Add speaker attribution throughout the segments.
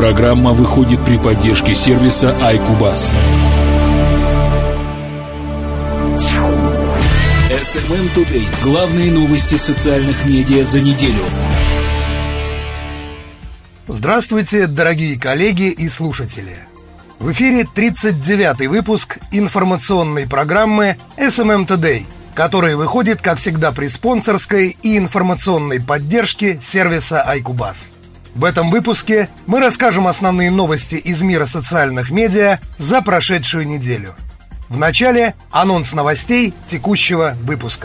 Speaker 1: Программа выходит при поддержке сервиса iCubus. SMM Today. Главные новости социальных медиа за неделю.
Speaker 2: Здравствуйте, дорогие коллеги и слушатели. В эфире 39-й выпуск информационной программы SMM Today, которая выходит, как всегда, при спонсорской и информационной поддержке сервиса iCubus. В этом выпуске мы расскажем основные новости из мира социальных медиа за прошедшую неделю. В начале анонс новостей текущего выпуска.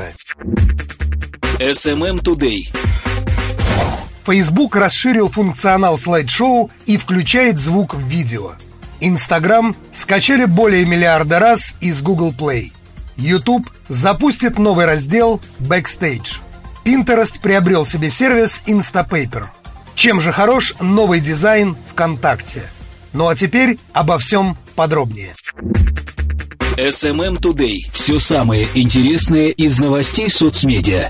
Speaker 1: SMM Today.
Speaker 2: Facebook расширил функционал слайд-шоу и включает звук в видео. Instagram скачали более миллиарда раз из Google Play. YouTube запустит новый раздел Backstage. Pinterest приобрел себе сервис Instapaper. Чем же хорош новый дизайн ВКонтакте? Ну а теперь обо всем подробнее.
Speaker 1: SMM Today. Все самое интересное из новостей соцмедиа.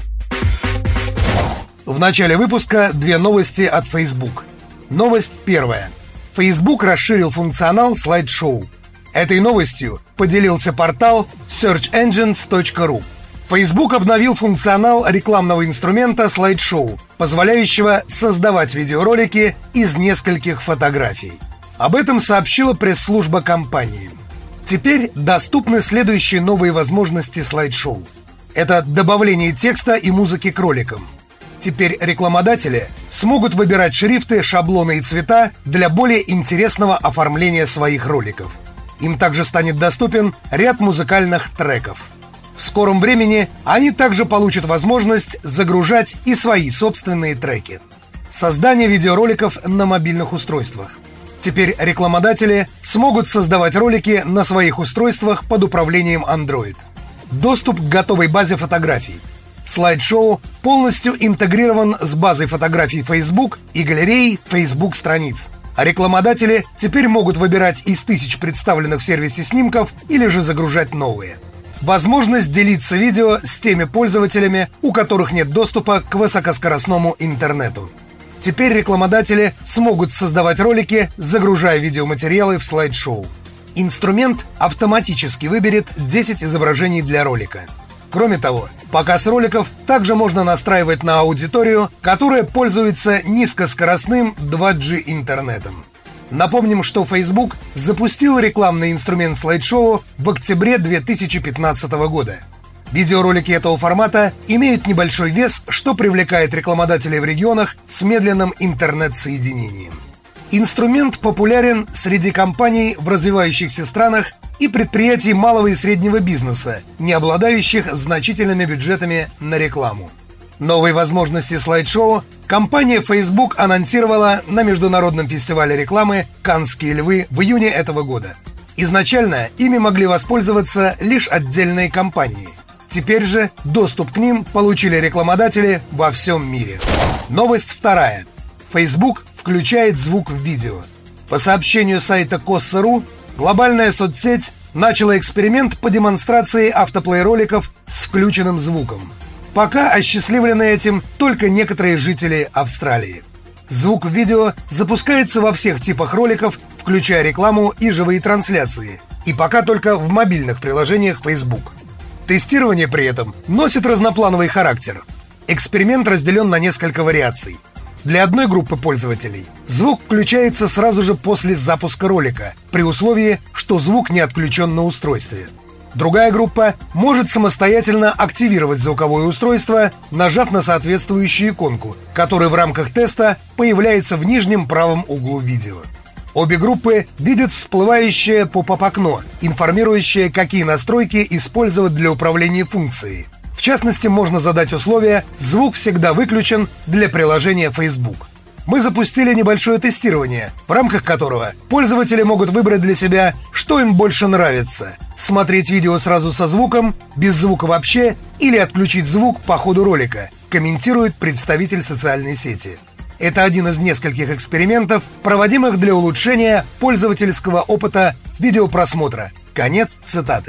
Speaker 2: В начале выпуска две новости от Facebook. Новость первая. Facebook расширил функционал слайд-шоу. Этой новостью поделился портал searchengines.ru. Facebook обновил функционал рекламного инструмента слайд-шоу, позволяющего создавать видеоролики из нескольких фотографий. Об этом сообщила пресс-служба компании. Теперь доступны следующие новые возможности слайд-шоу. Это добавление текста и музыки к роликам. Теперь рекламодатели смогут выбирать шрифты, шаблоны и цвета для более интересного оформления своих роликов. Им также станет доступен ряд музыкальных треков. В скором времени они также получат возможность загружать и свои собственные треки. Создание видеороликов на мобильных устройствах. Теперь рекламодатели смогут создавать ролики на своих устройствах под управлением Android. Доступ к готовой базе фотографий. Слайд-шоу полностью интегрирован с базой фотографий Facebook и галереей Facebook страниц. А рекламодатели теперь могут выбирать из тысяч представленных в сервисе снимков или же загружать новые. Возможность делиться видео с теми пользователями, у которых нет доступа к высокоскоростному интернету. Теперь рекламодатели смогут создавать ролики, загружая видеоматериалы в слайд-шоу. Инструмент автоматически выберет 10 изображений для ролика. Кроме того, показ роликов также можно настраивать на аудиторию, которая пользуется низкоскоростным 2G интернетом. Напомним, что Facebook запустил рекламный инструмент слайд-шоу в октябре 2015 года. Видеоролики этого формата имеют небольшой вес, что привлекает рекламодателей в регионах с медленным интернет-соединением. Инструмент популярен среди компаний в развивающихся странах и предприятий малого и среднего бизнеса, не обладающих значительными бюджетами на рекламу. Новые возможности слайд-шоу компания Facebook анонсировала на международном фестивале рекламы «Каннские львы» в июне этого года. Изначально ими могли воспользоваться лишь отдельные компании. Теперь же доступ к ним получили рекламодатели во всем мире. Новость вторая. Facebook включает звук в видео. По сообщению сайта Kossa.ru, глобальная соцсеть начала эксперимент по демонстрации автоплей-роликов с включенным звуком. Пока осчастливлены этим только некоторые жители Австралии. Звук в видео запускается во всех типах роликов, включая рекламу и живые трансляции, и пока только в мобильных приложениях Facebook. Тестирование при этом носит разноплановый характер. Эксперимент разделен на несколько вариаций. Для одной группы пользователей звук включается сразу же после запуска ролика, при условии, что звук не отключен на устройстве. Другая группа может самостоятельно активировать звуковое устройство, нажав на соответствующую иконку, которая в рамках теста появляется в нижнем правом углу видео. Обе группы видят всплывающее поп-ап-окно, информирующее, какие настройки использовать для управления функцией. В частности, можно задать условие «Звук всегда выключен» для приложения Facebook. Мы запустили небольшое тестирование, в рамках которого пользователи могут выбрать для себя, что им больше нравится – смотреть видео сразу со звуком, без звука вообще или отключить звук по ходу ролика, комментирует представитель социальной сети. Это один из нескольких экспериментов, проводимых для улучшения пользовательского опыта видеопросмотра. Конец цитаты.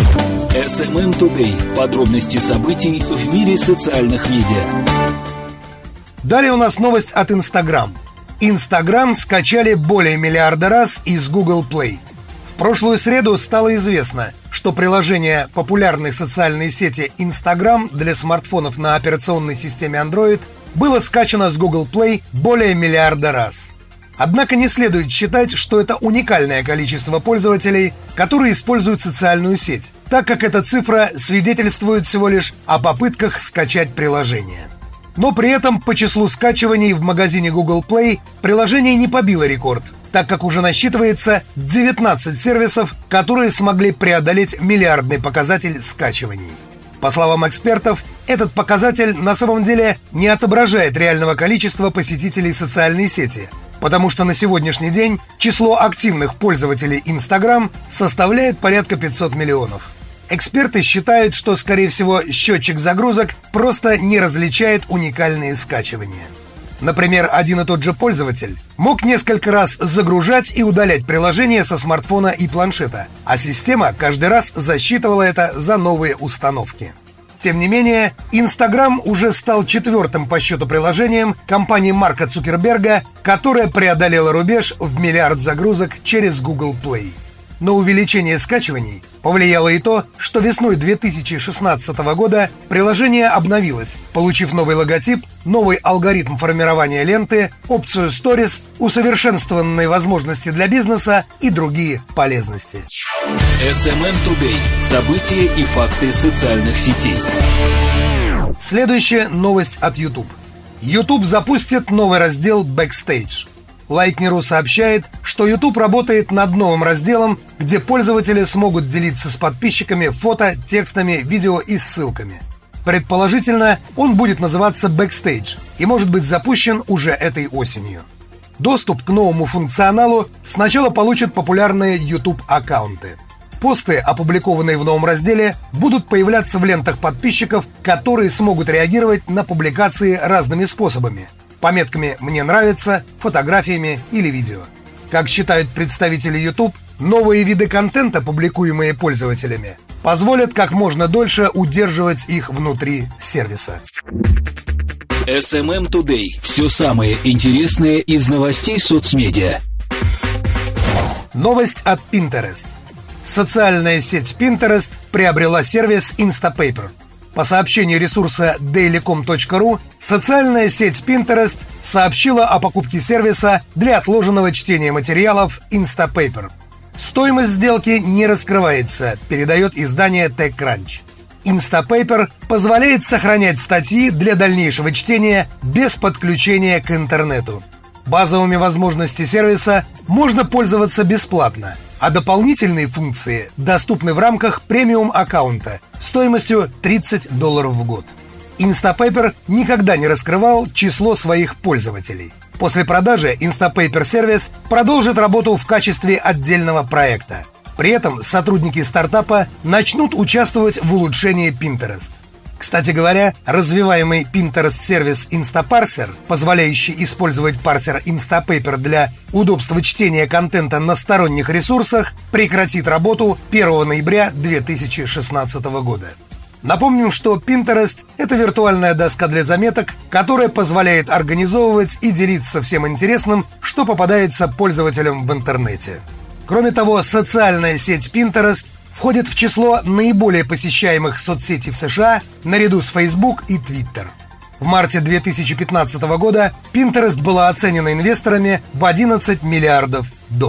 Speaker 1: SMM Today. Подробности событий в мире социальных медиа.
Speaker 2: Далее у нас новость от Instagram. Instagram скачали более миллиарда раз из Google Play. В прошлую среду стало известно, что приложение популярной социальной сети Instagram для смартфонов на операционной системе Android было скачано с Google Play более миллиарда раз. Однако не следует считать, что это уникальное количество пользователей, которые используют социальную сеть, так как эта цифра свидетельствует всего лишь о попытках скачать приложение. Но при этом по числу скачиваний в магазине Google Play приложение не побило рекорд, так как уже насчитывается 19 сервисов, которые смогли преодолеть миллиардный показатель скачиваний. По словам экспертов, этот показатель на самом деле не отображает реального количества посетителей социальной сети, потому что на сегодняшний день число активных пользователей Instagram составляет порядка 500 миллионов. Эксперты считают, что, скорее всего, счетчик загрузок просто не различает уникальные скачивания. Например, один и тот же пользователь мог несколько раз загружать и удалять приложения со смартфона и планшета, а система каждый раз засчитывала это за новые установки. Тем не менее, Instagram уже стал 4-м по счету приложением компании Марка Цукерберга, которая преодолела рубеж в 1 миллиард загрузок через Google Play. На увеличение скачиваний повлияло и то, что весной 2016 года приложение обновилось, получив новый логотип, новый алгоритм формирования ленты, опцию Stories, усовершенствованные возможности для бизнеса и другие полезности.
Speaker 1: SMM Today. События и факты социальных сетей.
Speaker 2: Следующая новость от YouTube. YouTube запустит новый раздел Backstage. Лайкнеру сообщает, что YouTube работает над новым разделом, где пользователи смогут делиться с подписчиками фото, текстами, видео и ссылками. Предположительно, он будет называться Backstage и может быть запущен уже этой осенью. Доступ к новому функционалу сначала получат популярные YouTube-аккаунты. Посты, опубликованные в новом разделе, будут появляться в лентах подписчиков, которые смогут реагировать на публикации разными способами – пометками «Мне нравится», фотографиями или видео. Как считают представители YouTube, новые виды контента, публикуемые пользователями, позволят как можно дольше удерживать их внутри сервиса.
Speaker 1: SMM Today. Все самое интересное из новостей соцмедиа.
Speaker 2: Новость от Pinterest. Социальная сеть Pinterest приобрела сервис Instapaper. По сообщению ресурса dailycom.ru, социальная сеть Pinterest сообщила о покупке сервиса для отложенного чтения материалов Instapaper. Стоимость сделки не раскрывается, передает издание TechCrunch. Instapaper позволяет сохранять статьи для дальнейшего чтения без подключения к интернету. Базовыми возможностями сервиса можно пользоваться бесплатно, а дополнительные функции доступны в рамках премиум-аккаунта стоимостью $30 в год. Instapaper никогда не раскрывал число своих пользователей. После продажи Instapaper сервис продолжит работу в качестве отдельного проекта. При этом сотрудники стартапа начнут участвовать в улучшении Pinterest. Кстати говоря, развиваемый Pinterest-сервис Instaparser, позволяющий использовать парсер Instapaper для удобства чтения контента на сторонних ресурсах, прекратит работу 1 ноября 2016 года. Напомним, что Pinterest — это виртуальная доска для заметок, которая позволяет организовывать и делиться всем интересным, что попадается пользователям в интернете. Кроме того, социальная сеть Pinterest входит в число наиболее посещаемых соцсетей в США наряду с Facebook и Twitter. В марте 2015 года Pinterest была оценена инвесторами в $11 миллиардов.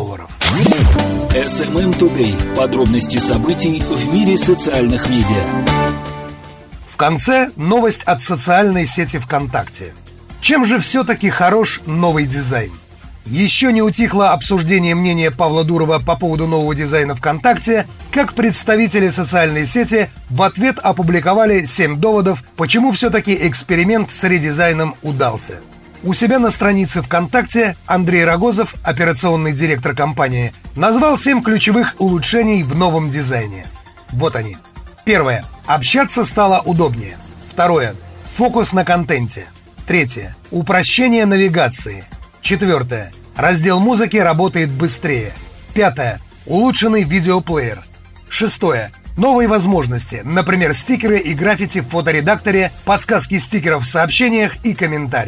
Speaker 1: SMM Today. Подробности событий в мире социальных медиа.
Speaker 2: В конце новость от социальной сети ВКонтакте. Чем же все-таки хорош новый дизайн? Еще не утихло обсуждение мнения Павла Дурова по поводу нового дизайна ВКонтакте, как представители социальной сети в ответ опубликовали 7 доводов, почему все-таки эксперимент с редизайном удался. У себя на странице ВКонтакте Андрей Рогозов, операционный директор компании, назвал 7 ключевых улучшений в новом дизайне. Вот они. Первое. Общаться стало удобнее. Второе. Фокус на контенте. Третье. Упрощение навигации. Четвертое. Раздел музыки работает быстрее. Пятое. Улучшенный видеоплеер. Шестое. Новые возможности, например, стикеры и граффити в фоторедакторе, подсказки стикеров в сообщениях и комментариях.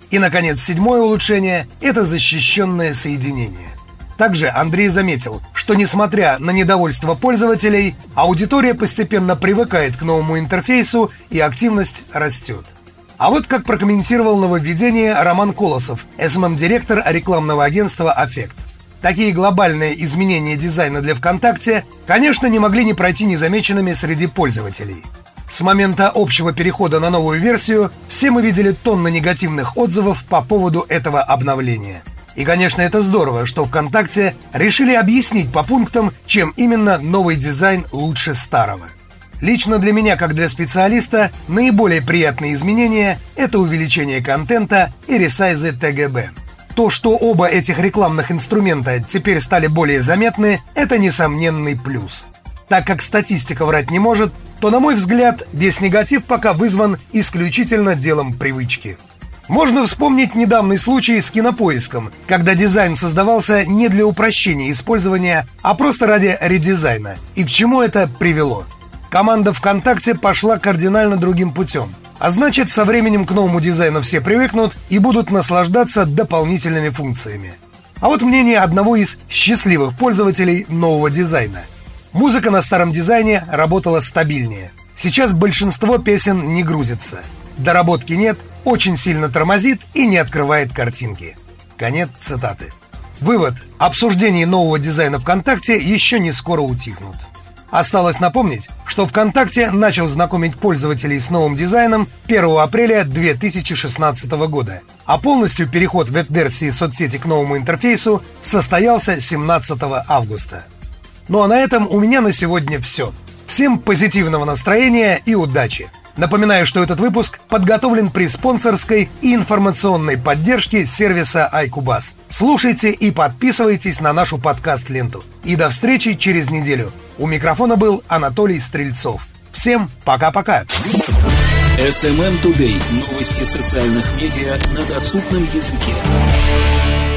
Speaker 2: И, наконец, седьмое улучшение – это защищенное соединение. Также Андрей заметил, что несмотря на недовольство пользователей, аудитория постепенно привыкает к новому интерфейсу и активность растет. А вот как прокомментировал нововведение Роман Колосов, SMM-директор рекламного агентства «Аффект». Такие глобальные изменения дизайна для ВКонтакте, конечно, не могли не пройти незамеченными среди пользователей. С момента общего перехода на новую версию все мы видели тонны негативных отзывов по поводу этого обновления. И, конечно, это здорово, что ВКонтакте решили объяснить по пунктам, чем именно новый дизайн лучше старого. Лично для меня, как для специалиста, наиболее приятные изменения – это увеличение контента и ресайзы ТГБ. То, что оба этих рекламных инструмента теперь стали более заметны, это несомненный плюс. Так как статистика врать не может, то, на мой взгляд, весь негатив пока вызван исключительно делом привычки. Можно вспомнить недавний случай с Кинопоиском, когда дизайн создавался не для упрощения использования, а просто ради редизайна. И к чему это привело? Команда ВКонтакте пошла кардинально другим путем. А значит, со временем к новому дизайну все привыкнут и будут наслаждаться дополнительными функциями. А вот мнение одного из счастливых пользователей нового дизайна. Музыка на старом дизайне работала стабильнее. Сейчас большинство песен не грузится. Доработки нет, очень сильно тормозит и не открывает картинки. Конец цитаты. Вывод. Обсуждение нового дизайна ВКонтакте еще не скоро утихнут. Осталось напомнить, что ВКонтакте начал знакомить пользователей с новым дизайном 1 апреля 2016 года, а полностью переход веб-версии соцсети к новому интерфейсу состоялся 17 августа. Ну а на этом у меня на сегодня все. Всем позитивного настроения и удачи! Напоминаю, что этот выпуск подготовлен при спонсорской и информационной поддержке сервиса iCubus. Слушайте и подписывайтесь на нашу подкаст-ленту. И до встречи через неделю. У микрофона был Анатолий Стрельцов. Всем пока-пока.
Speaker 1: SMM Today. Новости социальных медиа на доступном языке.